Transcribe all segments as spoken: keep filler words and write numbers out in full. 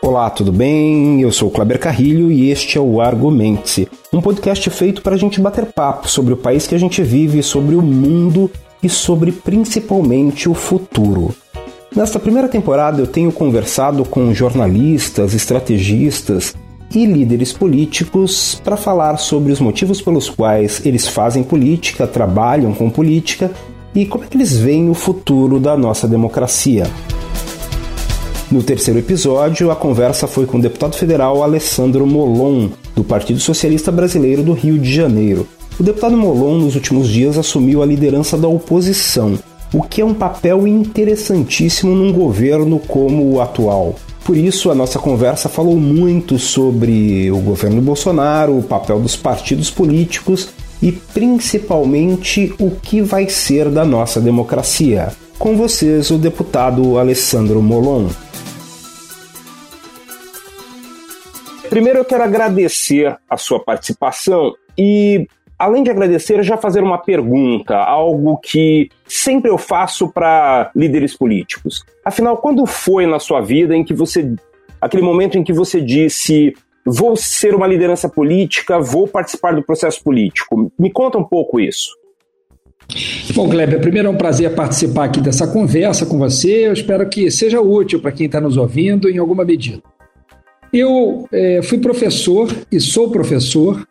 Olá, tudo bem? Eu sou o Kleber Carrilho e este é o Argumente-se, um podcast feito para a gente bater papo sobre o país que a gente vive, sobre o mundo e sobre principalmente o futuro. Nesta primeira temporada eu tenho conversado com jornalistas, estrategistas e líderes políticos para falar sobre os motivos pelos quais eles fazem política, trabalham com política e como é que eles veem o futuro da nossa democracia. No terceiro episódio, a conversa foi com o deputado federal Alessandro Molon, do Partido Socialista Brasileiro do Rio de Janeiro. O deputado Molon, nos últimos dias, assumiu a liderança da oposição, o que é um papel interessantíssimo num governo como o atual. Por isso, a nossa conversa falou muito sobre o governo Bolsonaro, o papel dos partidos políticos e, principalmente, o que vai ser da nossa democracia. Com vocês, o deputado Alessandro Molon. Primeiro eu quero agradecer a sua participação e, além de agradecer, já fazer uma pergunta, algo que sempre eu faço para líderes políticos. Afinal, quando foi na sua vida em que você, aquele momento em que você disse, vou ser uma liderança política, vou participar do processo político? Me conta um pouco isso. Bom, Kleber, primeiro é um prazer participar aqui dessa conversa com você. Eu espero que seja útil para quem está nos ouvindo em alguma medida. Eu é, fui professor e sou professor,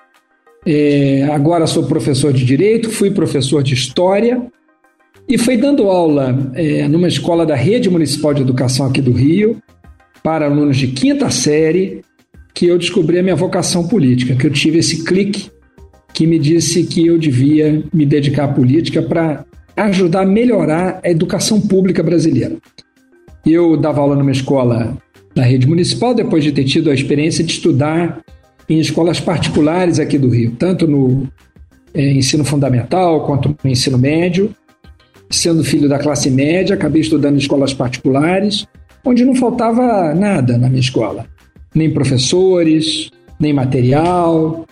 é, agora sou professor de Direito, fui professor de História e fui dando aula é, numa escola da Rede Municipal de Educação aqui do Rio para alunos de quinta série que eu descobri a minha vocação política, que eu tive esse clique que me disse que eu devia me dedicar à política para ajudar a melhorar a educação pública brasileira. Eu dava aula numa escola da rede municipal, depois de ter tido a experiência de estudar em escolas particulares aqui do Rio, tanto no é, ensino fundamental quanto no ensino médio. Sendo filho da classe média, acabei estudando em escolas particulares, onde não faltava nada na minha escola, nem professores, nem material.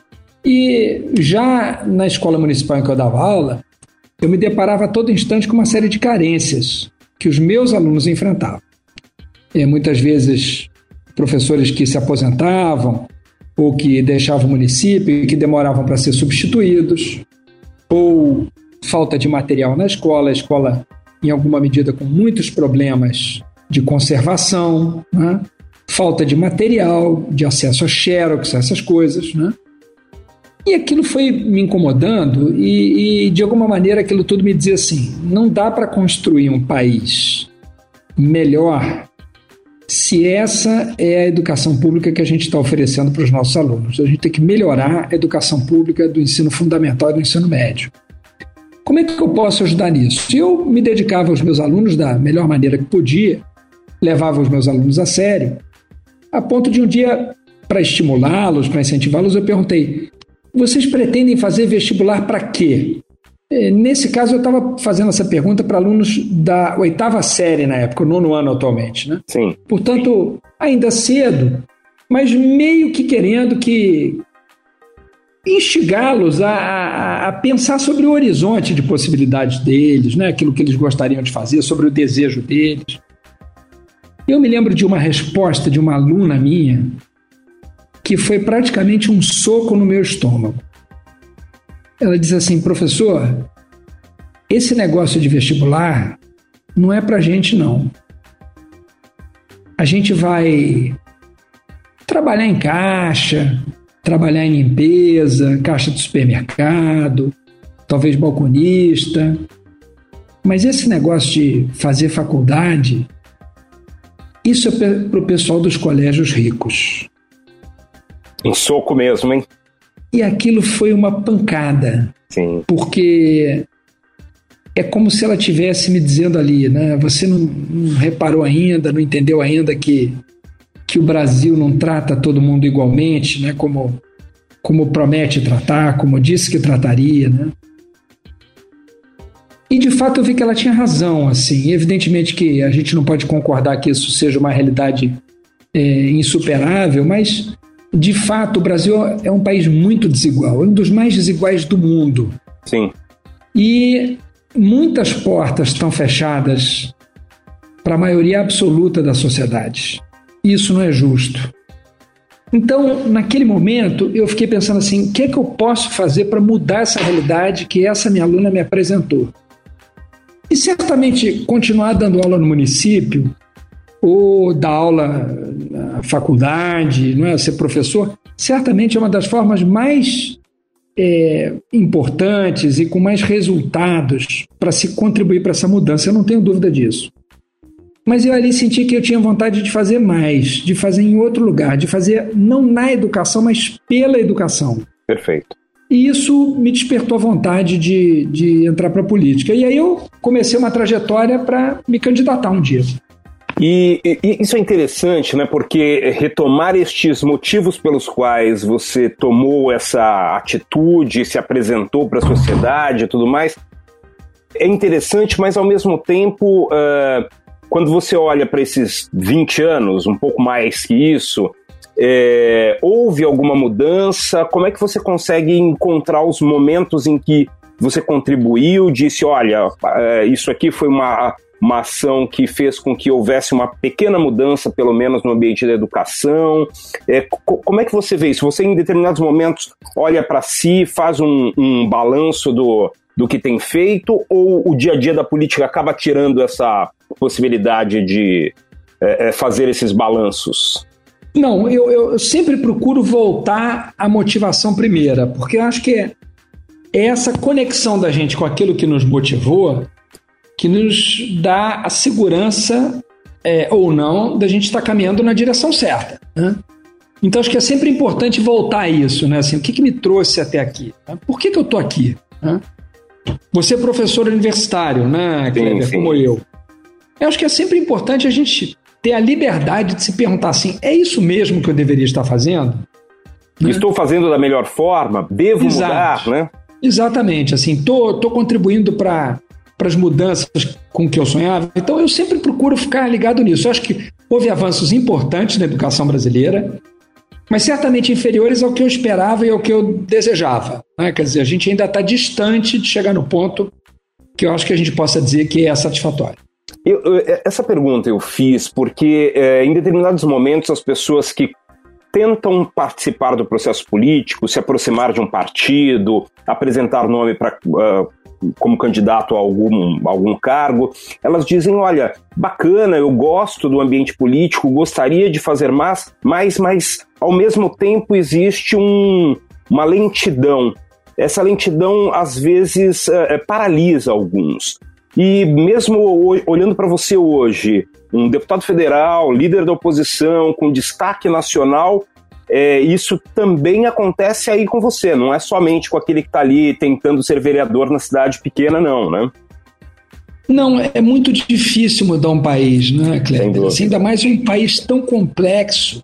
E já na escola municipal em que eu dava aula, eu me deparava a todo instante com uma série de carências que os meus alunos enfrentavam. É, muitas vezes, professores que se aposentavam ou que deixavam o município e que demoravam para ser substituídos, ou falta de material na escola, a escola, em alguma medida, com muitos problemas de conservação, né? Falta de material, de acesso a xerox, essas coisas, né? E aquilo foi me incomodando e, e, de alguma maneira, aquilo tudo me dizia assim, não dá para construir um país melhor se essa é a educação pública que a gente está oferecendo para os nossos alunos. A gente tem que melhorar a educação pública do ensino fundamental e do ensino médio. Como é que eu posso ajudar nisso? Eu me dedicava aos meus alunos da melhor maneira que podia, levava os meus alunos a sério, a ponto de um dia, para estimulá-los, para incentivá-los, eu perguntei, vocês pretendem fazer vestibular para quê? Nesse caso, eu estava fazendo essa pergunta para alunos da oitava série na época, o nono ano atualmente, né? Sim. Portanto, ainda cedo, mas meio que querendo que instigá-los a, a, a pensar sobre o horizonte de possibilidades deles, né? Aquilo que eles gostariam de fazer, sobre o desejo deles. Eu me lembro de uma resposta de uma aluna minha que foi praticamente um soco no meu estômago. Ela diz assim, professor, esse negócio de vestibular não é pra gente, não. A gente vai trabalhar em caixa, trabalhar em limpeza, caixa de supermercado, talvez balconista. Mas esse negócio de fazer faculdade, isso é pro pessoal dos colégios ricos. Um soco mesmo, hein? E aquilo foi uma pancada. Sim. Porque é como se ela estivesse me dizendo ali, né? Você não, não reparou ainda, não entendeu ainda que, que o Brasil não trata todo mundo igualmente, né? Como, como promete tratar, como disse que trataria, né? E de fato eu vi que ela tinha razão, assim. Evidentemente que a gente não pode concordar que isso seja uma realidade é, insuperável, mas de fato o Brasil é um país muito desigual, é um dos mais desiguais do mundo. Sim. E muitas portas estão fechadas para a maioria absoluta da sociedade. isso não é justo. Então, naquele momento, eu fiquei pensando assim, o que é que eu posso fazer para mudar essa realidade que essa minha aluna me apresentou? E certamente continuar dando aula no município, ou dar aula na faculdade, não é? Ser professor, certamente é uma das formas mais é, importantes e com mais resultados para se contribuir para essa mudança, eu não tenho dúvida disso. Mas eu ali senti que eu tinha vontade de fazer mais, de fazer em outro lugar, de fazer não na educação, mas pela educação. Perfeito. E isso me despertou a vontade de, de entrar para a política. E aí eu comecei uma trajetória para me candidatar um dia. E, e isso é interessante, né? Porque retomar estes motivos pelos quais você tomou essa atitude, se apresentou para a sociedade e tudo mais, é interessante, mas ao mesmo tempo, uh, quando você olha para esses vinte anos, um pouco mais que isso, é, houve alguma mudança? Como é que você consegue encontrar os momentos em que você contribuiu, disse, olha, uh, isso aqui foi uma... uma ação que fez com que houvesse uma pequena mudança, pelo menos no ambiente da educação. É, co- como é que você vê isso? Você, em determinados momentos, olha para si, faz um, um balanço do, do que tem feito, ou o dia a dia da política acaba tirando essa possibilidade de é, fazer esses balanços? Não, eu, eu sempre procuro voltar à motivação primeira, porque eu acho que é essa conexão da gente com aquilo que nos motivou que nos dá a segurança, é, ou não, da gente estar caminhando na direção certa, né? Então, acho que é sempre importante voltar a isso, né? Assim, o que, que me trouxe até aqui? Né? Por que, que eu estou aqui? Né? Você é professor universitário, né, Kleber, sim, sim. Como eu. Eu acho que é sempre importante a gente ter a liberdade de se perguntar assim, é isso mesmo que eu deveria estar fazendo? Né? Estou fazendo da melhor forma? Devo Exato. mudar, né? Exatamente, assim, estou tô, tô contribuindo para... para as mudanças com que eu sonhava. Então, eu sempre procuro ficar ligado nisso. Eu acho que houve avanços importantes na educação brasileira, mas certamente inferiores ao que eu esperava e ao que eu desejava, né? Quer dizer, a gente ainda está distante de chegar no ponto que eu acho que a gente possa dizer que é satisfatório. Eu, eu, essa pergunta eu fiz porque, é, em determinados momentos, as pessoas que tentam participar do processo político, se aproximar de um partido, apresentar nome para... Uh, como candidato a algum, algum cargo, elas dizem, olha, bacana, eu gosto do ambiente político, gostaria de fazer mais, mas, mas ao mesmo tempo existe um, uma lentidão. Essa lentidão, às vezes, é, paralisa alguns. E mesmo olhando para você hoje, um deputado federal, líder da oposição, com destaque nacional, É, isso também acontece aí com você, não é somente com aquele que está ali tentando ser vereador na cidade pequena, não, né? Não, é muito difícil mudar um país, né, Kleber? Assim, ainda mais um país tão complexo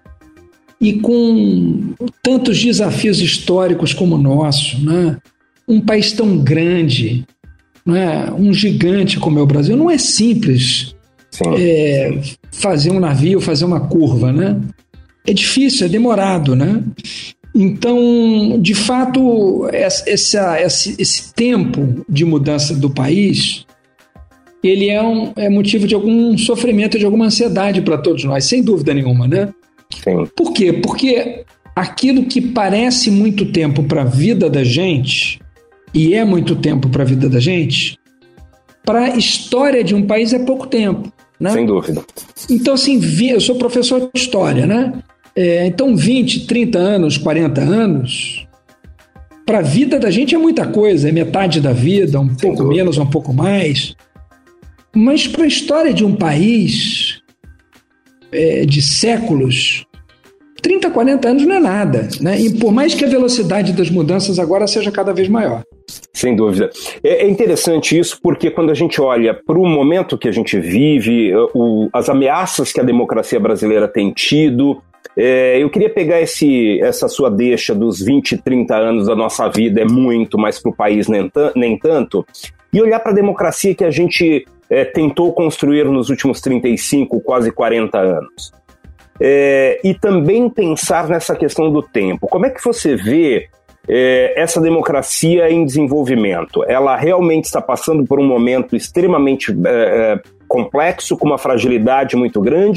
e com tantos desafios históricos como o nosso, né? Um país tão grande, né? Um gigante como é o Brasil, não é simples é, fazer um navio, fazer uma curva, né? É difícil, é demorado, né? Então, de fato, essa, esse, esse tempo de mudança do país, ele é, um, é motivo de algum sofrimento, de alguma ansiedade para todos nós, sem dúvida nenhuma, né? Sim. Por quê? Porque aquilo que parece muito tempo para a vida da gente, e é muito tempo para a vida da gente, para a história de um país é pouco tempo, né? Sem dúvida. Então, assim, eu sou professor de história, né? É, então, vinte, trinta anos, quarenta anos, para a vida da gente é muita coisa, é metade da vida, um Sem pouco dúvida. menos, um pouco mais. Mas para a história de um país é, de séculos, trinta, quarenta anos não é nada, né? E por mais que a velocidade das mudanças agora seja cada vez maior. Sem dúvida. É interessante isso porque quando a gente olha para o momento que a gente vive, o, as ameaças que a democracia brasileira tem tido, é, eu queria pegar esse, essa sua deixa dos vinte, trinta anos da nossa vida, é muito, mas para o país nem, nem tanto, e olhar para a democracia que a gente é, tentou construir nos últimos trinta e cinco, quase quarenta anos. É, e também pensar nessa questão do tempo. Como é que você vê é, essa democracia em desenvolvimento? Ela realmente está passando por um momento extremamente é, complexo, com uma fragilidade muito grande,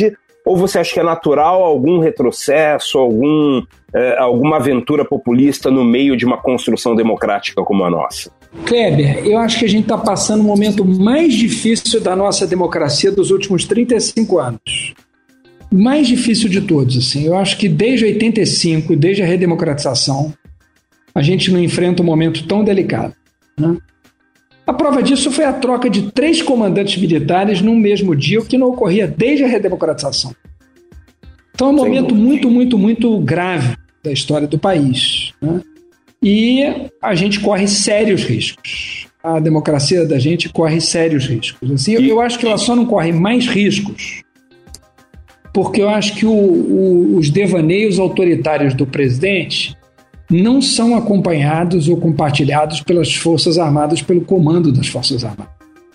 Ou você acha que é natural algum retrocesso, algum, é, alguma aventura populista no meio de uma construção democrática como a nossa? Kleber, eu acho que a gente está passando o momento mais difícil da nossa democracia dos últimos trinta e cinco anos. Mais difícil de todos, assim. Eu acho que desde oitenta e cinco, desde a redemocratização, a gente não enfrenta um momento tão delicado, né? A prova disso foi a troca de três comandantes militares no mesmo dia, o que não ocorria desde a redemocratização. Então é um momento muito, muito, muito grave da história do país, né? E a gente corre sérios riscos. A democracia da gente corre sérios riscos. Assim, eu, eu acho que ela só não corre mais riscos porque eu acho que o, o, os devaneios autoritários do presidente não são acompanhados ou compartilhados pelas Forças Armadas, pelo comando das Forças Armadas.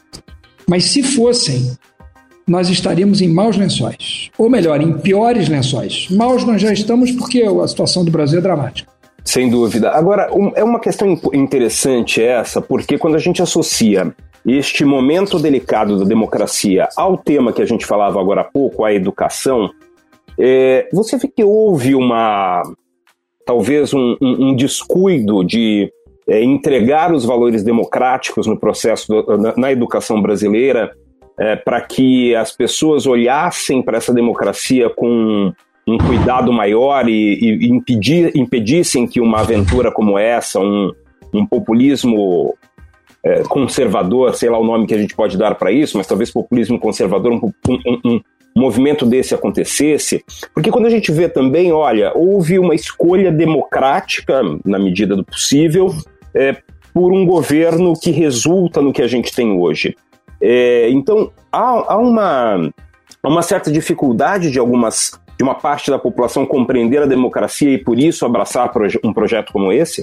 Mas se fossem, nós estaríamos em maus lençóis. Ou melhor, em piores lençóis. Maus nós já estamos porque a situação do Brasil é dramática. Sem dúvida. Agora, um, é uma questão interessante essa, porque quando a gente associa este momento delicado da democracia ao tema que a gente falava agora há pouco, a educação, é, você vê que houve uma... talvez um, um, um descuido de é, entregar os valores democráticos no processo, do, na, na educação brasileira, é, para que as pessoas olhassem para essa democracia com um cuidado maior e, e impedir, impedissem que uma aventura como essa, um, um populismo é, conservador, sei lá o nome que a gente pode dar para isso, mas talvez populismo conservador, um, um, um movimento desse acontecesse, porque quando a gente vê também, olha, houve uma escolha democrática, na medida do possível, é, por um governo que resulta no que a gente tem hoje. É, então, há, há, uma, há uma certa dificuldade de algumas, de uma parte da população compreender a democracia e por isso abraçar proje- um projeto como esse?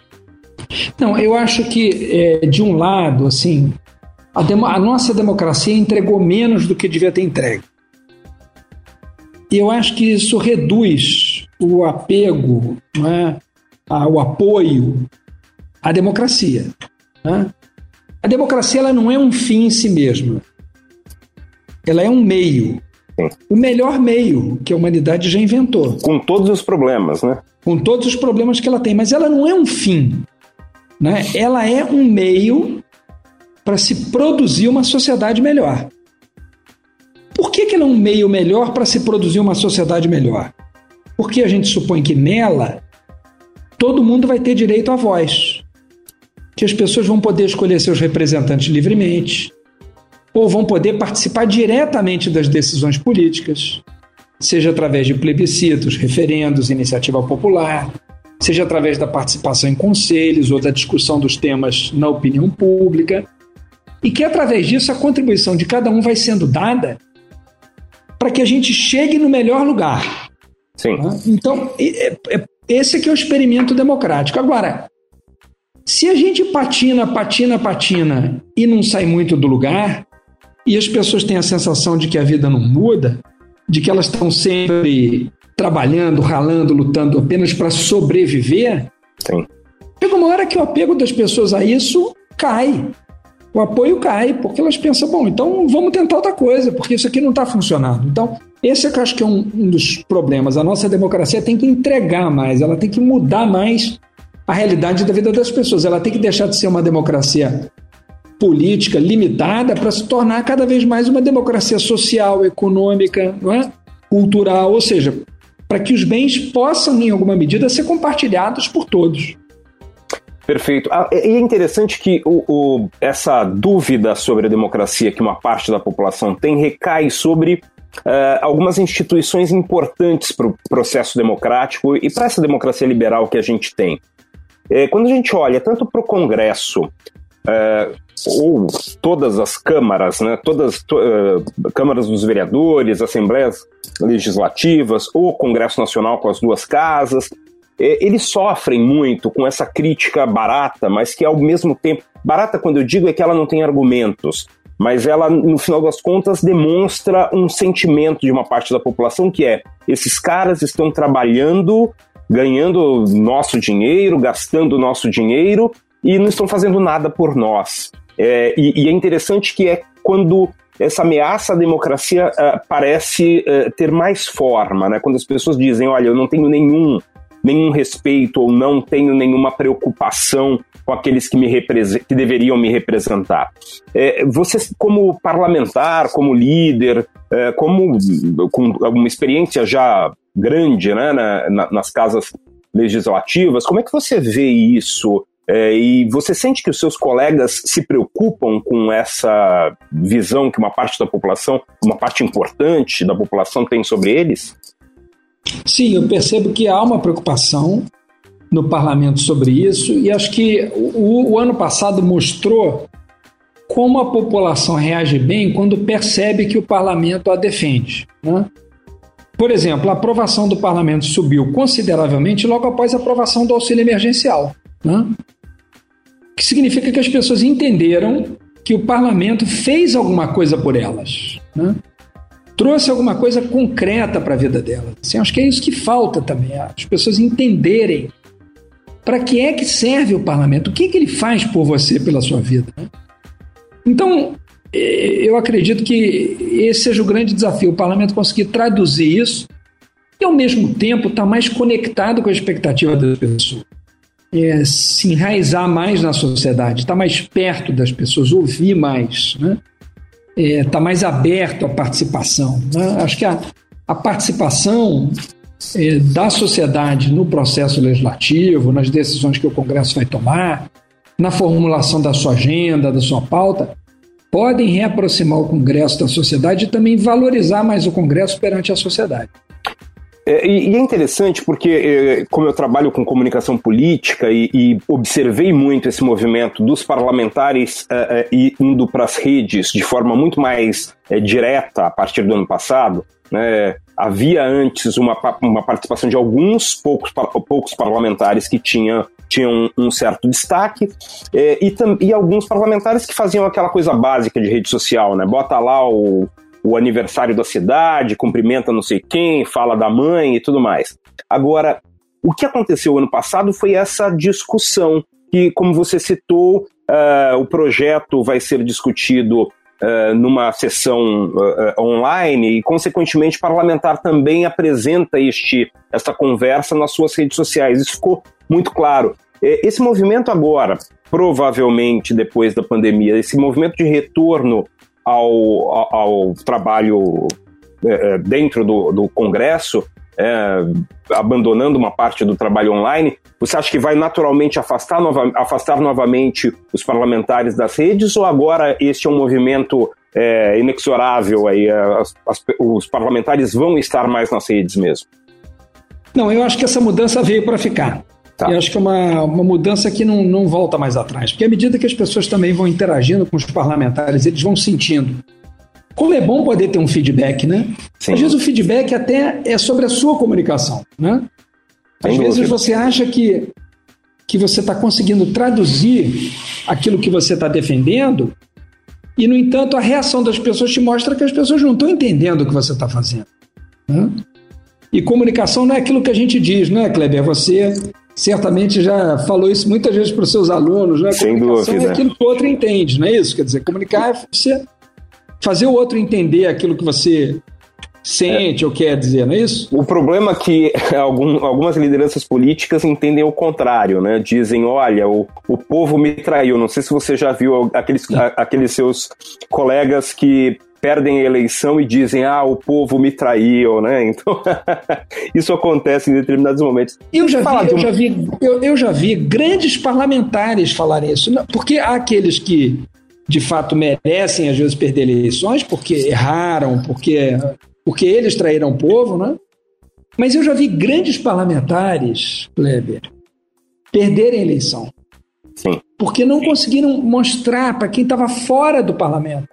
Não, eu acho que, é, de um lado, assim, a, demo, a nossa democracia entregou menos do que devia ter entregue. E eu acho que isso reduz o apego, não é, o apoio à democracia, né? A democracia ela não é um fim em si mesma. Ela é um meio. O melhor meio que a humanidade já inventou. Com todos os problemas, né? Com todos os problemas que ela tem. Mas ela não é um fim, né? Ela é um meio para se produzir uma sociedade melhor. Por que que ela é um meio melhor para se produzir uma sociedade melhor? Porque a gente supõe que nela todo mundo vai ter direito à voz, que as pessoas vão poder escolher seus representantes livremente, ou vão poder participar diretamente das decisões políticas, seja através de plebiscitos, referendos, iniciativa popular, seja através da participação em conselhos ou da discussão dos temas na opinião pública, e que através disso a contribuição de cada um vai sendo dada para que a gente chegue no melhor lugar. Sim. Então, esse aqui é o experimento democrático. Agora, se a gente patina, patina, patina e não sai muito do lugar, e as pessoas têm a sensação de que a vida não muda, de que elas estão sempre trabalhando, ralando, lutando apenas para sobreviver, sim, chega uma hora que o apego das pessoas a isso cai. O apoio cai, porque elas pensam, bom, então vamos tentar outra coisa, porque isso aqui não está funcionando. Então, esse é que eu acho que é um, um dos problemas. A nossa democracia tem que entregar mais, ela tem que mudar mais a realidade da vida das pessoas. Ela tem que deixar de ser uma democracia política limitada para se tornar cada vez mais uma democracia social, econômica, não é? Cultural, ou seja, para que os bens possam, em alguma medida, ser compartilhados por todos. Perfeito. Ah, e é interessante que o, o, essa dúvida sobre a democracia que uma parte da população tem recai sobre uh, algumas instituições importantes para o processo democrático e para essa democracia liberal que a gente tem. É, quando a gente olha tanto para o Congresso, uh, ou todas as câmaras, né, todas to, uh, câmaras dos vereadores, assembleias legislativas, ou o Congresso Nacional com as duas casas, eles sofrem muito com essa crítica barata, mas que ao mesmo tempo... Barata, quando eu digo, é que ela não tem argumentos, mas ela, no final das contas, demonstra um sentimento de uma parte da população que é: esses caras estão trabalhando, ganhando nosso dinheiro, gastando nosso dinheiro e não estão fazendo nada por nós. É, e, e é interessante que é quando essa ameaça à democracia uh, parece uh, ter mais forma, né? Quando as pessoas dizem, olha, eu não tenho nenhum, nenhum respeito ou não tenho nenhuma preocupação com aqueles que, me represent- que deveriam me representar. É, você, como parlamentar, como líder, é, como, com uma experiência já grande, né, na, na, nas casas legislativas, como é que você vê isso? É, e você sente que os seus colegas se preocupam com essa visão que uma parte da população, uma parte importante da população tem sobre eles? Sim, eu percebo que há uma preocupação no parlamento sobre isso, e acho que o, o ano passado mostrou como a população reage bem quando percebe que o parlamento a defende, né? Por exemplo, a aprovação do parlamento subiu consideravelmente logo após a aprovação do auxílio emergencial, né? O que significa que as pessoas entenderam que o parlamento fez alguma coisa por elas, né? Trouxe alguma coisa concreta para a vida delas. Assim, acho que é isso que falta também, as pessoas entenderem para que é que serve o parlamento, o que, que ele faz por você, pela sua vida, né? Então, eu acredito que esse seja o grande desafio, o parlamento conseguir traduzir isso e, ao mesmo tempo, estar mais conectado com a expectativa das pessoas, é, se enraizar mais na sociedade, estar mais perto das pessoas, ouvir mais, né? É, estar mais aberto à participação, né? Acho que a, a participação é, da sociedade no processo legislativo, nas decisões que o Congresso vai tomar, na formulação da sua agenda, da sua pauta, podem reaproximar o Congresso da sociedade e também valorizar mais o Congresso perante a sociedade. É, e é interessante porque, é, como eu trabalho com comunicação política e, e observei muito esse movimento dos parlamentares é, é, indo para as redes de forma muito mais é, direta a partir do ano passado, né? Havia antes uma, uma participação de alguns poucos, poucos parlamentares que tinham, tinham um certo destaque é, e, tam, e alguns parlamentares que faziam aquela coisa básica de rede social, né? Bota lá o, o aniversário da cidade, cumprimenta não sei quem, fala da mãe e tudo mais. Agora, o que aconteceu ano passado foi essa discussão que, como você citou, uh, o projeto vai ser discutido Uh, numa sessão uh, uh, online e, consequentemente, o parlamentar também apresenta este, esta conversa nas suas redes sociais. Isso ficou muito claro. Esse movimento agora, provavelmente depois da pandemia, esse movimento de retorno ao, ao, ao trabalho uh, dentro do, do Congresso, uh, abandonando uma parte do trabalho online, você acha que vai naturalmente afastar, nova, afastar novamente os parlamentares das redes, ou agora este é um movimento é, inexorável, aí, as, as, os parlamentares vão estar mais nas redes mesmo? Não, eu acho que essa mudança veio para ficar. Tá. Eu acho que é uma, uma mudança que não, não volta mais atrás, porque à medida que as pessoas também vão interagindo com os parlamentares, eles vão sentindo. Como é bom poder ter um feedback, né? Sim. Às vezes o feedback até é sobre a sua comunicação, né? Às vezes você acha que, que você está conseguindo traduzir aquilo que você está defendendo e, no entanto, a reação das pessoas te mostra que as pessoas não estão entendendo o que você está fazendo, né? E comunicação não é aquilo que a gente diz, né, Kleber? Você certamente já falou isso muitas vezes para os seus alunos, né? Sem comunicação dúvida. É aquilo que o outro entende, não é isso? Quer dizer, comunicar é você fazer o outro entender aquilo que você sente é. ou quer dizer, não é isso? O problema é que algum, algumas lideranças políticas entendem o contrário, né? Dizem, olha, o, o povo me traiu. Não sei se você já viu aqueles, a, aqueles seus colegas que perdem a eleição e dizem, ah, o povo me traiu, né? Então, isso acontece em determinados momentos. Eu já vi, eu, um... já vi eu, eu já vi grandes parlamentares falarem isso, porque há aqueles que, de fato, merecem, às vezes, perder eleições porque erraram, porque... porque eles traíram o povo, né? Mas eu já vi grandes parlamentares, Kleber, perderem a eleição. Sim. Porque não conseguiram mostrar para quem estava fora do parlamento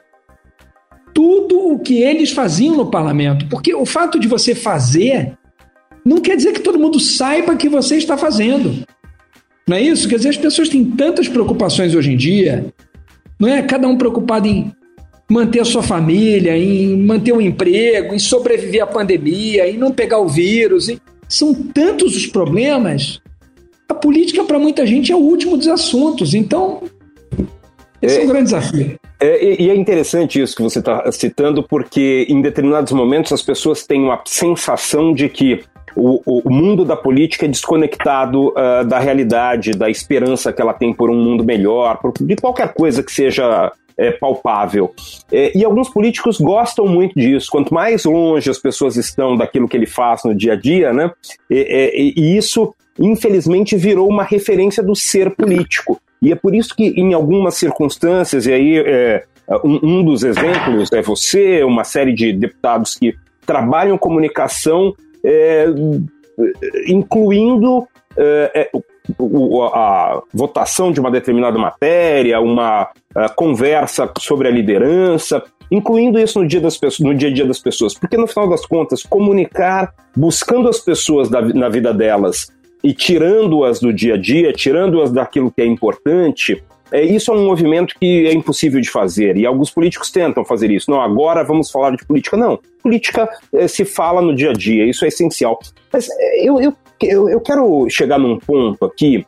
tudo o que eles faziam no parlamento. Porque o fato de você fazer não quer dizer que todo mundo saiba que você está fazendo. Não é isso? Quer dizer, as pessoas têm tantas preocupações hoje em dia, não é? Cada um preocupado em manter a sua família, em manter o emprego, em sobreviver à pandemia, em não pegar o vírus. Em... São tantos os problemas. A política, para muita gente, é o último dos assuntos. Então, esse é, é um grande desafio. É, e, e é interessante isso que você está citando, porque em determinados momentos as pessoas têm uma sensação de que o, o mundo da política é desconectado uh, da realidade, da esperança que ela tem por um mundo melhor, por, de qualquer coisa que seja é, palpável. É, e alguns políticos gostam muito disso. Quanto mais longe as pessoas estão daquilo que ele faz no dia a dia, né? E, e, e isso, infelizmente, virou uma referência do ser político. E é por isso que, em algumas circunstâncias, e aí é, um, um dos exemplos é você, uma série de deputados que trabalham comunicação, é, incluindo é, o, a votação de uma determinada matéria, uma a conversa sobre a liderança, incluindo isso no dia, das pessoas, no dia a dia das pessoas. Porque, no final das contas, comunicar, buscando as pessoas da, na vida delas, e tirando-as do dia a dia, tirando-as daquilo que é importante, é, isso é um movimento que é impossível de fazer, e alguns políticos tentam fazer isso. Não, agora vamos falar de política. Não, política é, se fala no dia a dia, isso é essencial. Mas é, eu, eu, eu, eu quero chegar num ponto aqui,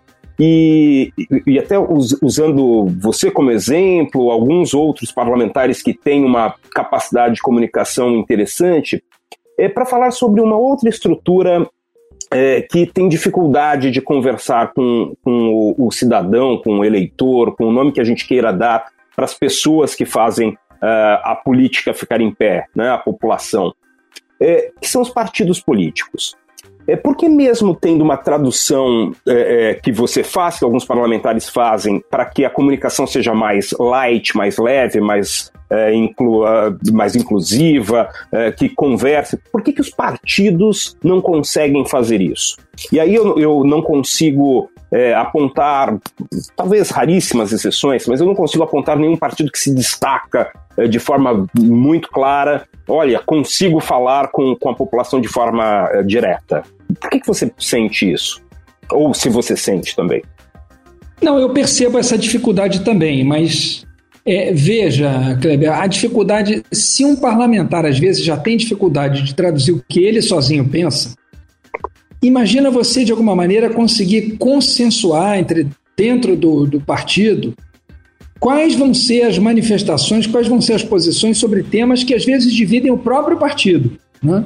e, e até us, usando você como exemplo, alguns outros parlamentares que têm uma capacidade de comunicação interessante, é para falar sobre uma outra estrutura É, que tem dificuldade de conversar com, com o, o cidadão, com o eleitor, com o nome que a gente queira dar para as pessoas que fazem uh, a política ficar em pé, né, a população, é, que são os partidos políticos. É porque mesmo tendo uma tradução é, é, que você faz, que alguns parlamentares fazem, para que a comunicação seja mais light, mais leve, mais, é, inclu, mais inclusiva, é, que converse, por que, que os partidos não conseguem fazer isso? E aí eu, eu não consigo é, apontar, talvez raríssimas exceções, mas eu não consigo apontar nenhum partido que se destaca é, de forma muito clara. Olha, consigo falar com, com a população de forma é, direta. Por que, que você sente isso? Ou se você sente também? Não, eu percebo essa dificuldade também, mas é, veja, Kleber, a dificuldade, se um parlamentar às vezes já tem dificuldade de traduzir o que ele sozinho pensa, imagina você de alguma maneira conseguir consensuar entre, dentro do, do partido quais vão ser as manifestações, quais vão ser as posições sobre temas que às vezes dividem o próprio partido, né?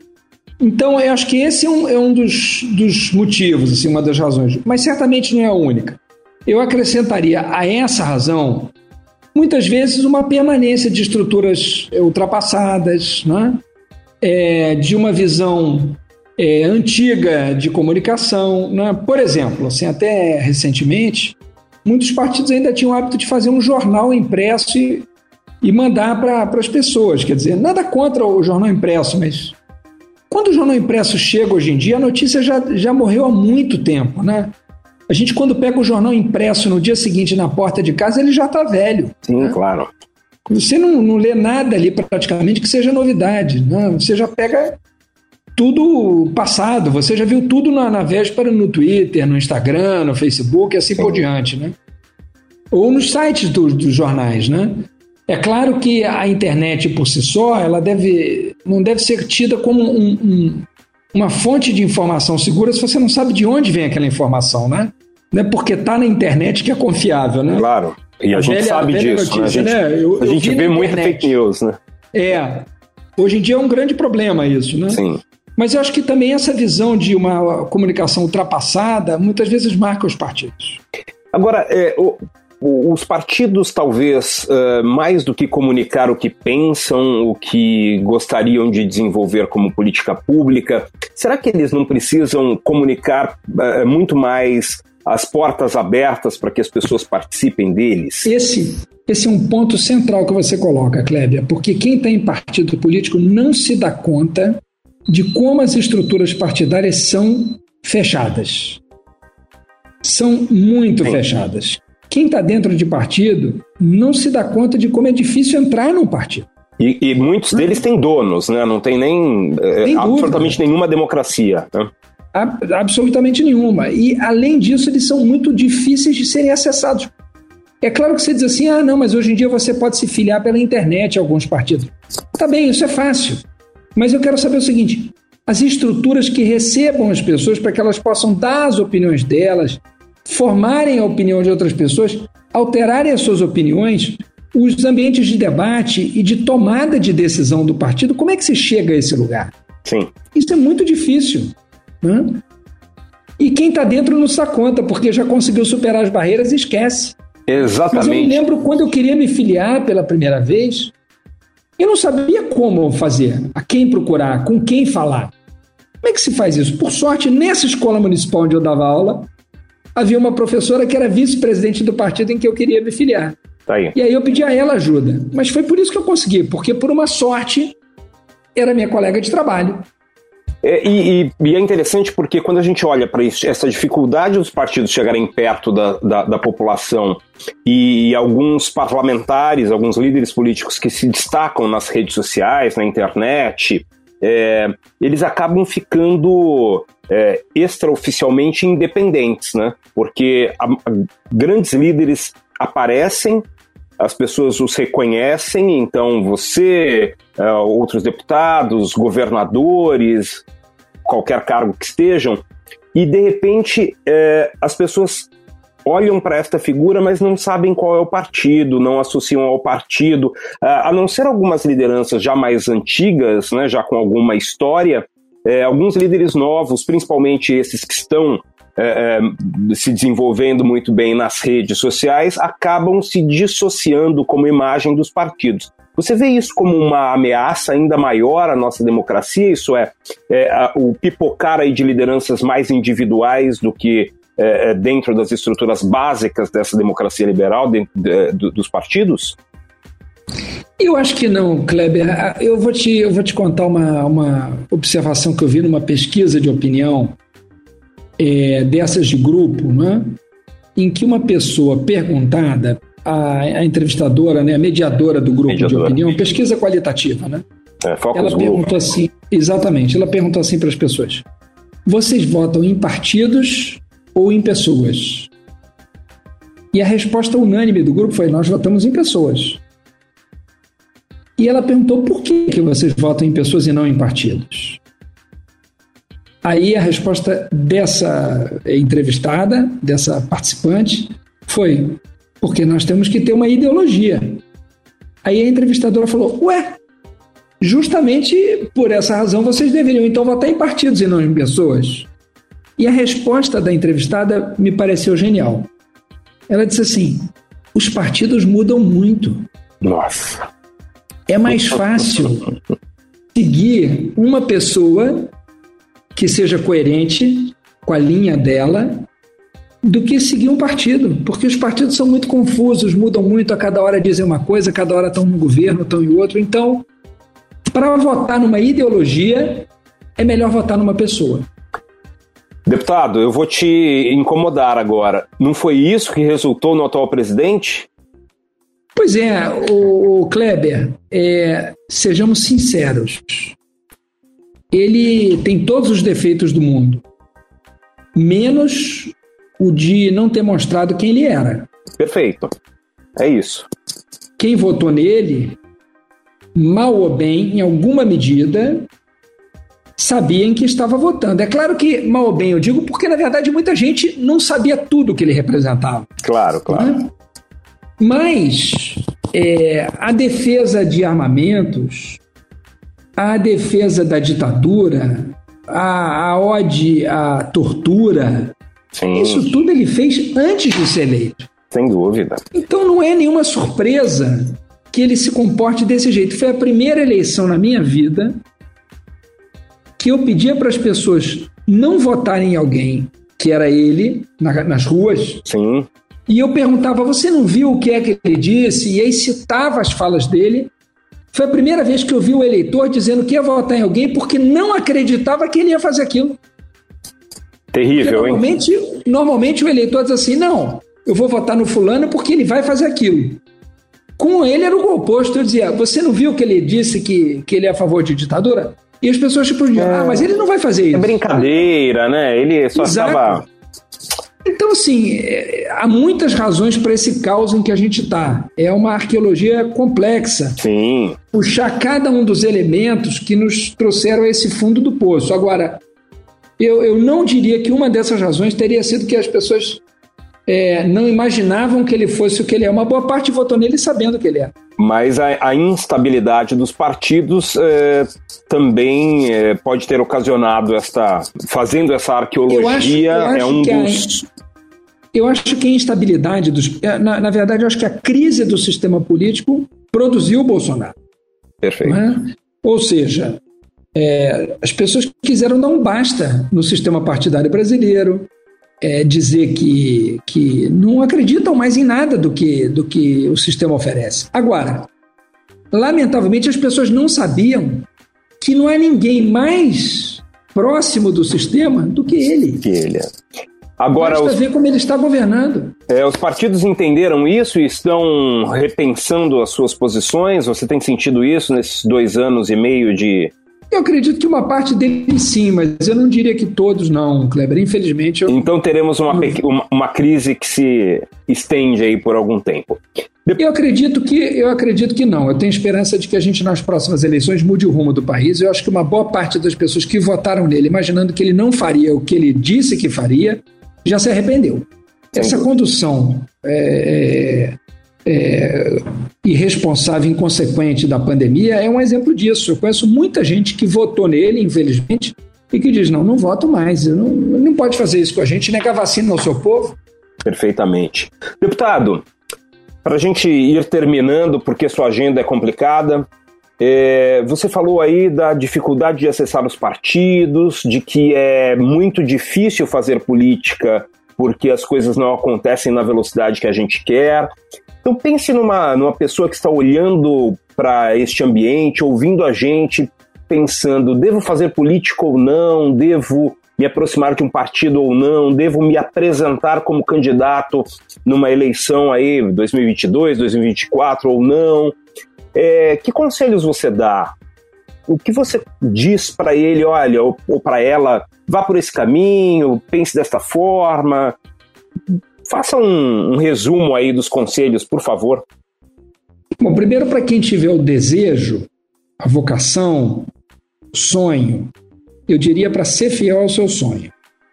Então, eu acho que esse é um, é um dos, dos motivos, assim, uma das razões, mas certamente não é a única. Eu acrescentaria a essa razão, muitas vezes, uma permanência de estruturas ultrapassadas, né? É, de uma visão é, antiga de comunicação, né? Por exemplo, assim, até recentemente, muitos partidos ainda tinham o hábito de fazer um jornal impresso e, e mandar para as pessoas. Quer dizer, nada contra o jornal impresso, mas quando o jornal impresso chega hoje em dia, a notícia já, já morreu há muito tempo, né? A gente, quando pega o jornal impresso no dia seguinte na porta de casa, ele já está velho. Sim, né? Claro. Você não, não lê nada ali praticamente que seja novidade, né? Você já pega tudo passado, você já viu tudo na, na véspera no Twitter, no Instagram, no Facebook e assim Sim. por diante, né? Ou nos sites do, dos jornais, né? É claro que a internet por si só, ela deve, não deve ser tida como um, um, uma fonte de informação segura se você não sabe de onde vem aquela informação, né? Não é porque está na internet que é confiável, né? Claro, e a, a gente velha, sabe a disso, notícia, né? A gente, né? Eu, a gente vê muito fake news, né? É, hoje em dia é um grande problema isso, né? Sim. Mas eu acho que também essa visão de uma comunicação ultrapassada muitas vezes marca os partidos. Agora, é, o... os partidos, talvez, uh, mais do que comunicar o que pensam, o que gostariam de desenvolver como política pública, será que eles não precisam comunicar uh, muito mais as portas abertas para que as pessoas participem deles? Esse, esse é um ponto central que você coloca, Kleber, porque quem está em partido político não se dá conta de como as estruturas partidárias são fechadas. São muito Sim. fechadas. Quem está dentro de partido não se dá conta de como é difícil entrar num partido. E, e muitos deles têm donos, né? Não tem nem é, absolutamente nenhuma democracia. Né? A, absolutamente nenhuma. E, além disso, eles são muito difíceis de serem acessados. É claro que você diz assim, ah, não, mas hoje em dia você pode se filiar pela internet a alguns partidos. Tá bem, isso é fácil. Mas eu quero saber o seguinte, as estruturas que recebam as pessoas para que elas possam dar as opiniões delas, formarem a opinião de outras pessoas, alterarem as suas opiniões, os ambientes de debate e de tomada de decisão do partido, como é que se chega a esse lugar? Sim. Isso é muito difícil, né? E quem está dentro não se dá conta, porque já conseguiu superar as barreiras e esquece. Exatamente. Mas eu me lembro quando eu queria me filiar pela primeira vez, eu não sabia como fazer, a quem procurar, com quem falar. Como é que se faz isso? Por sorte, nessa escola municipal onde eu dava aula, havia uma professora que era vice-presidente do partido em que eu queria me filiar. Tá aí. E aí eu pedi a ela ajuda. Mas foi por isso que eu consegui, porque por uma sorte era minha colega de trabalho. É, e, e, e é interessante porque quando a gente olha para essa dificuldade dos partidos chegarem perto da, da, da população e, e alguns parlamentares, alguns líderes políticos que se destacam nas redes sociais, na internet, é, eles acabam ficando é, extraoficialmente independentes, né? Porque a, a, grandes líderes aparecem, as pessoas os reconhecem, então você, uh, outros deputados, governadores, qualquer cargo que estejam, e de repente uh, as pessoas olham para esta figura, mas não sabem qual é o partido, não associam ao partido, uh, a não ser algumas lideranças já mais antigas, né, já com alguma história, uh, alguns líderes novos, principalmente esses que estão É, é, se desenvolvendo muito bem nas redes sociais, acabam se dissociando como imagem dos partidos. Você vê isso como uma ameaça ainda maior à nossa democracia? Isso é, é a, o pipocar aí de lideranças mais individuais do que é, dentro das estruturas básicas dessa democracia liberal, dentro de, de, dos partidos? Eu acho que não, Kleber. Eu vou te, eu vou te contar uma, uma observação que eu vi numa pesquisa de opinião É, dessas de grupo, né, em que uma pessoa perguntada, a, a entrevistadora, né, a mediadora do grupo mediadora. de opinião, pesquisa qualitativa, né? É, ela perguntou assim, exatamente, ela perguntou assim para as pessoas: vocês votam em partidos ou em pessoas? E a resposta unânime do grupo foi: nós votamos em pessoas. E ela perguntou: por que, que vocês votam em pessoas e não em partidos? Aí a resposta dessa entrevistada, dessa participante, foi: porque nós temos que ter uma ideologia. Aí a entrevistadora falou: ué, justamente por essa razão vocês deveriam então votar em partidos e não em pessoas. E a resposta da entrevistada me pareceu genial. Ela disse assim: os partidos mudam muito. Nossa. É mais fácil seguir uma pessoa que seja coerente com a linha dela do que seguir um partido, porque os partidos são muito confusos, mudam muito, a cada hora dizem uma coisa, a cada hora estão num governo, estão em outro. Então, para votar numa ideologia, é melhor votar numa pessoa. Deputado, eu vou te incomodar agora. Não foi isso que resultou no atual presidente? Pois é, o, o Kleber, é, sejamos sinceros. Ele tem todos os defeitos do mundo, menos o de não ter mostrado quem ele era. Perfeito. É isso. Quem votou nele, mal ou bem, em alguma medida, sabia em que estava votando. É claro que, mal ou bem, eu digo porque, na verdade, muita gente não sabia tudo que ele representava. Claro, claro. Né? Mas é, a defesa de armamentos, a defesa da ditadura, a, a ode à tortura, sim, isso tudo ele fez antes de ser eleito. Sem dúvida. Então não é nenhuma surpresa que ele se comporte desse jeito. Foi a primeira eleição na minha vida que eu pedia para as pessoas não votarem em alguém que era ele, na, nas ruas. Sim. E eu perguntava: você não viu o que é que ele disse? E aí citava as falas dele. Foi a primeira vez que eu vi o eleitor dizendo que ia votar em alguém porque não acreditava que ele ia fazer aquilo. Terrível, normalmente, hein? Normalmente o eleitor diz assim: não, eu vou votar no fulano porque ele vai fazer aquilo. Com ele era o oposto. Eu dizia: você não viu que ele disse que, que ele é a favor de ditadura? E as pessoas tipo diziam: é, ah, mas ele não vai fazer isso. É brincadeira, né? Ele só estava... Então, assim, é, há muitas razões para esse caos em que a gente está. É uma arqueologia complexa. Sim. Puxar cada um dos elementos que nos trouxeram a esse fundo do poço. Agora, eu, eu não diria que uma dessas razões teria sido que as pessoas é, não imaginavam que ele fosse o que ele é. Uma boa parte votou nele sabendo o que ele é. Mas a, a instabilidade dos partidos é, também é, pode ter ocasionado esta... Fazendo essa arqueologia, eu acho, eu acho é um dos... A, eu acho que a instabilidade dos... Na, na verdade, eu acho que a crise do sistema político produziu o Bolsonaro. Perfeito. Né? Ou seja, é, as pessoas quiseram dar um basta no sistema partidário brasileiro, é, dizer que, que não acreditam mais em nada do que, do que o sistema oferece. Agora, lamentavelmente, as pessoas não sabiam que não há ninguém mais próximo do sistema do que ele. Que ele é. Agora, basta os, ver como ele está governando. É, os partidos entenderam isso e estão repensando as suas posições? Você tem sentido isso nesses dois anos e meio de... Eu acredito que uma parte deles sim, mas eu não diria que todos não, Kleber. Infelizmente... Eu... Então teremos uma, uma, uma crise que se estende aí por algum tempo. Eu acredito que, eu acredito que não. Eu tenho esperança de que a gente, nas próximas eleições, mude o rumo do país. Eu acho que uma boa parte das pessoas que votaram nele, imaginando que ele não faria o que ele disse que faria, já se arrependeu. Essa condução é, é, é, irresponsável, inconsequente da pandemia é um exemplo disso. Eu conheço muita gente que votou nele, infelizmente, e que diz, não, não voto mais, não, não pode fazer isso com a gente, negar vacina ao seu povo. Perfeitamente. Deputado, para a gente ir terminando, porque sua agenda é complicada, é, você falou aí da dificuldade de acessar os partidos, de que é muito difícil fazer política porque as coisas não acontecem na velocidade que a gente quer. Então pense numa, numa pessoa que está olhando para este ambiente, ouvindo a gente, pensando, devo fazer política ou não, devo me aproximar de um partido ou não, devo me apresentar como candidato numa eleição aí, dois mil e vinte e dois, dois mil e vinte e quatro ou não. É, que conselhos você dá? O que você diz para ele, olha, ou, ou para ela, vá por esse caminho, pense desta forma? Faça um, um resumo aí dos conselhos, por favor. Bom, primeiro, para quem tiver o desejo, a vocação, o sonho, eu diria para ser fiel ao seu sonho.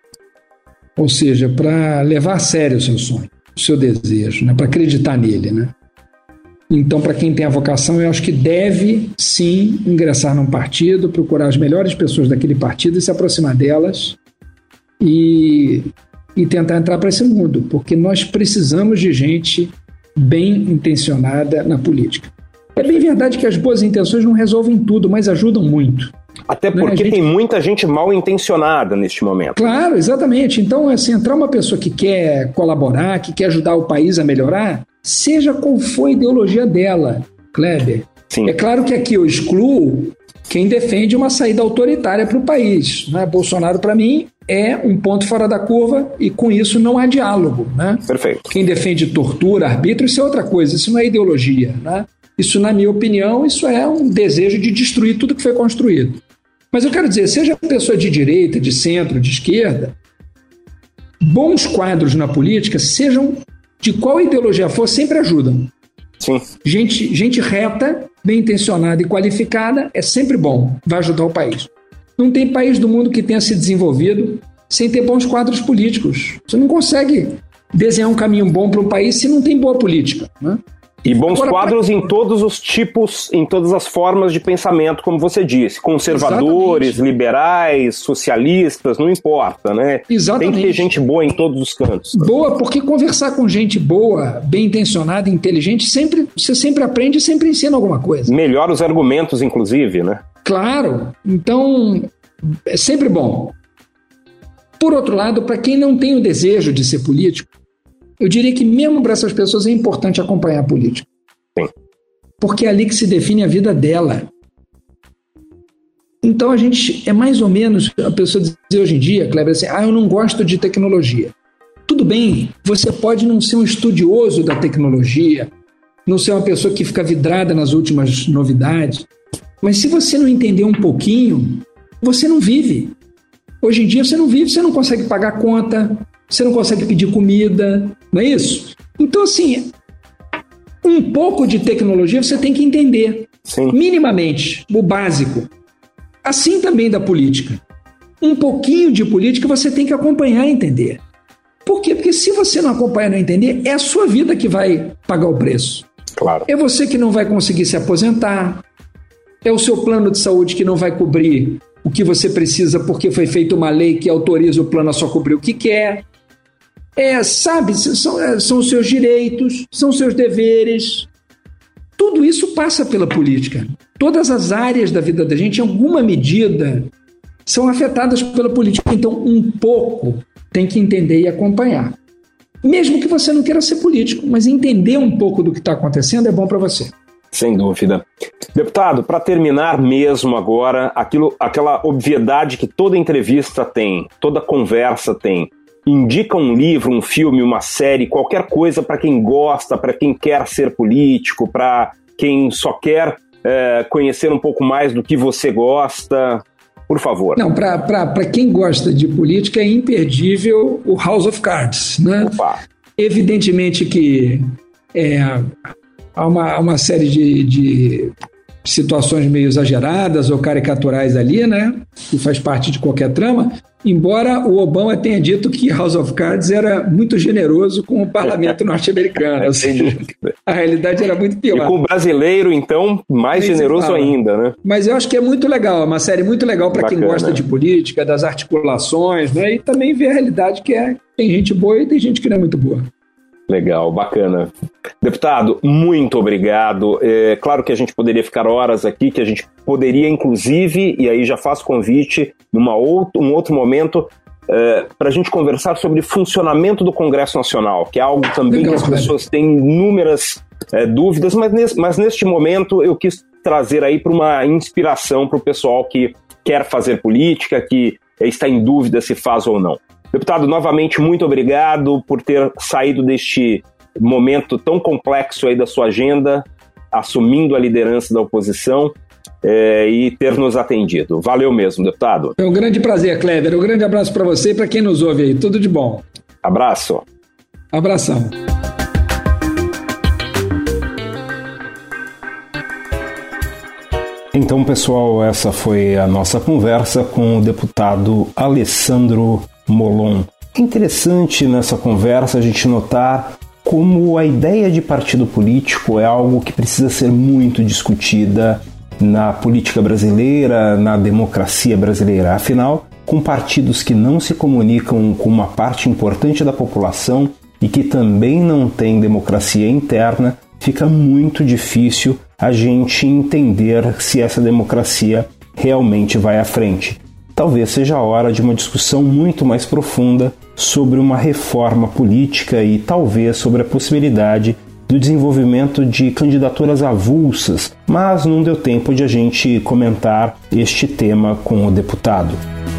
Ou seja, para levar a sério o seu sonho, o seu desejo, né? Para acreditar nele, né? Então, para quem tem a vocação, eu acho que deve, sim, ingressar num partido, procurar as melhores pessoas daquele partido e se aproximar delas e, e tentar entrar para esse mundo, porque nós precisamos de gente bem intencionada na política. É bem verdade que as boas intenções não resolvem tudo, mas ajudam muito. Até porque né? gente... tem muita gente mal intencionada neste momento. Claro, exatamente. Então, assim, entrar uma pessoa que quer colaborar, que quer ajudar o país a melhorar, seja qual for a ideologia dela, Kleber. Sim. É claro que aqui eu excluo quem defende uma saída autoritária para o país. Né? Bolsonaro, para mim, é um ponto fora da curva e com isso não há diálogo. Né? Perfeito. Quem defende tortura, arbítrio, isso é outra coisa, isso não é ideologia. Né? Isso, na minha opinião, isso é um desejo de destruir tudo que foi construído. Mas eu quero dizer, seja pessoa de direita, de centro, de esquerda, bons quadros na política, sejam de qual ideologia for, sempre ajudam. Sim. Gente, gente reta, bem intencionada e qualificada é sempre bom, vai ajudar o país. Não tem país do mundo que tenha se desenvolvido sem ter bons quadros políticos. Você não consegue desenhar um caminho bom para um país se não tem boa política, né? E bons Agora, quadros pra... em todos os tipos, em todas as formas de pensamento, como você disse. Conservadores, exatamente, liberais, socialistas, não importa, né? Exatamente. Tem que ter gente boa em todos os cantos. Boa, porque conversar com gente boa, bem intencionada, inteligente, sempre, você sempre aprende e sempre ensina alguma coisa. Melhora os argumentos, inclusive, né? Claro. Então, é sempre bom. Por outro lado, para quem não tem o desejo de ser político, eu diria que mesmo para essas pessoas é importante acompanhar a política. Sim. Porque é ali que se define a vida dela. Então a gente, é mais ou menos a pessoa dizer hoje em dia, Kleber, assim, ah, eu não gosto de tecnologia. Tudo bem, você pode não ser um estudioso da tecnologia, não ser uma pessoa que fica vidrada nas últimas novidades, mas se você não entender um pouquinho, você não vive. Hoje em dia você não vive, você não consegue pagar conta, você não consegue pedir comida, não é isso? Então, assim, um pouco de tecnologia você tem que entender. Sim. Minimamente, o básico. Assim também da política. Um pouquinho de política você tem que acompanhar e entender. Por quê? Porque se você não acompanhar e não entender, é a sua vida que vai pagar o preço. Claro. É você que não vai conseguir se aposentar, é o seu plano de saúde que não vai cobrir o que você precisa porque foi feita uma lei que autoriza o plano a só cobrir o que quer. É, sabe, são, são os seus direitos, são os seus deveres. Tudo isso passa pela política. Todas as áreas da vida da gente, em alguma medida, são afetadas pela política. Então, um pouco tem que entender e acompanhar. Mesmo que você não queira ser político, mas entender um pouco do que está acontecendo é bom para você. Sem dúvida. Deputado, para terminar mesmo agora, aquilo, aquela obviedade que toda entrevista tem, toda conversa tem, indica um livro, um filme, uma série, qualquer coisa para quem gosta, para quem quer ser político, para quem só quer é, conhecer um pouco mais do que você gosta. Por favor. Não, para quem gosta de política é imperdível o House of Cards, né? Opa. Evidentemente que é, há, uma, há uma série de, de situações meio exageradas ou caricaturais ali, né? Que faz parte de qualquer trama, embora o Obama tenha dito que House of Cards era muito generoso com o parlamento norte-americano, ou seja, a realidade era muito pior. E com o brasileiro, então, mais Nem generoso ainda, né? Mas eu acho que é muito legal, é uma série muito legal para quem gosta de política, das articulações, né? E também ver a realidade que é, tem gente boa e tem gente que não é muito boa. Legal, bacana. Deputado, muito obrigado. É claro que a gente poderia ficar horas aqui, que a gente poderia, inclusive, e aí já faço convite, num outro, um outro momento, é, para a gente conversar sobre funcionamento do Congresso Nacional, que é algo também Legal, que as pessoas têm inúmeras é, dúvidas, mas, nesse, mas neste momento eu quis trazer aí para uma inspiração para o pessoal que quer fazer política, que está em dúvida se faz ou não. Deputado, novamente, muito obrigado por ter saído deste momento tão complexo aí da sua agenda, assumindo a liderança da oposição é, e ter nos atendido. Valeu mesmo, deputado. É um grande prazer, Kleber. Um grande abraço para você e para quem nos ouve aí. Tudo de bom. Abraço. Abração. Então, pessoal, essa foi a nossa conversa com o deputado Alessandro Molon. É interessante nessa conversa a gente notar como a ideia de partido político é algo que precisa ser muito discutida na política brasileira, na democracia brasileira. Afinal, com partidos que não se comunicam com uma parte importante da população e que também não têm democracia interna, fica muito difícil a gente entender se essa democracia realmente vai à frente. Talvez seja a hora de uma discussão muito mais profunda sobre uma reforma política e talvez sobre a possibilidade do desenvolvimento de candidaturas avulsas, mas não deu tempo de a gente comentar este tema com o deputado.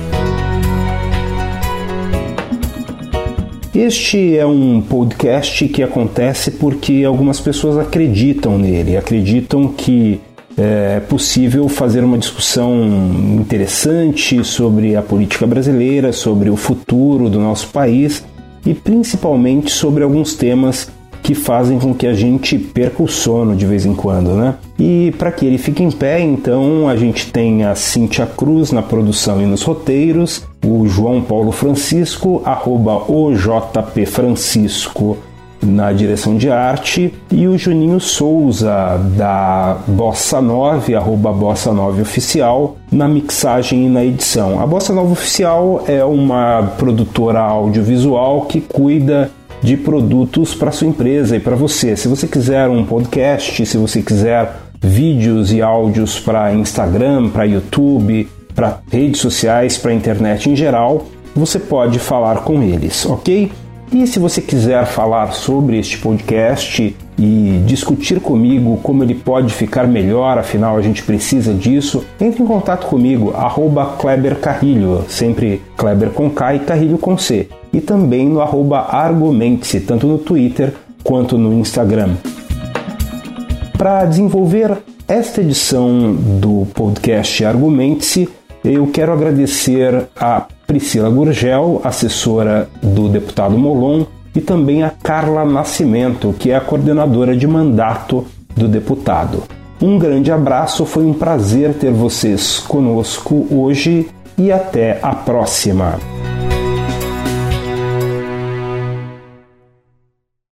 Este é um podcast que acontece porque algumas pessoas acreditam nele, acreditam que é possível fazer uma discussão interessante sobre a política brasileira, sobre o futuro do nosso país e principalmente sobre alguns temas que fazem com que a gente perca o sono de vez em quando, né? E para que ele fique em pé, então, a gente tem a Cíntia Cruz na produção e nos roteiros, o João Paulo Francisco, arroba o J P Francisco, na direção de arte, e o Juninho Souza, da Bossa nove, arroba Bossa nove Oficial, na mixagem e na edição. A Bossa nove Oficial é uma produtora audiovisual que cuida de produtos para sua empresa e para você. Se você quiser um podcast, se você quiser vídeos e áudios para Instagram, para YouTube, para redes sociais, para internet em geral, você pode falar com eles, ok? E se você quiser falar sobre este podcast e discutir comigo como ele pode ficar melhor, afinal a gente precisa disso, entre em contato comigo, arroba Kleber Carrilho, sempre Kleber com K e Carrilho com C, e também no arroba Argumente-se, tanto no Twitter quanto no Instagram. Para desenvolver esta edição do podcast Argumente-se, eu quero agradecer a Priscila Gurgel, assessora do deputado Molon, e também a Carla Nascimento, que é a coordenadora de mandato do deputado. Um grande abraço, foi um prazer ter vocês conosco hoje e até a próxima.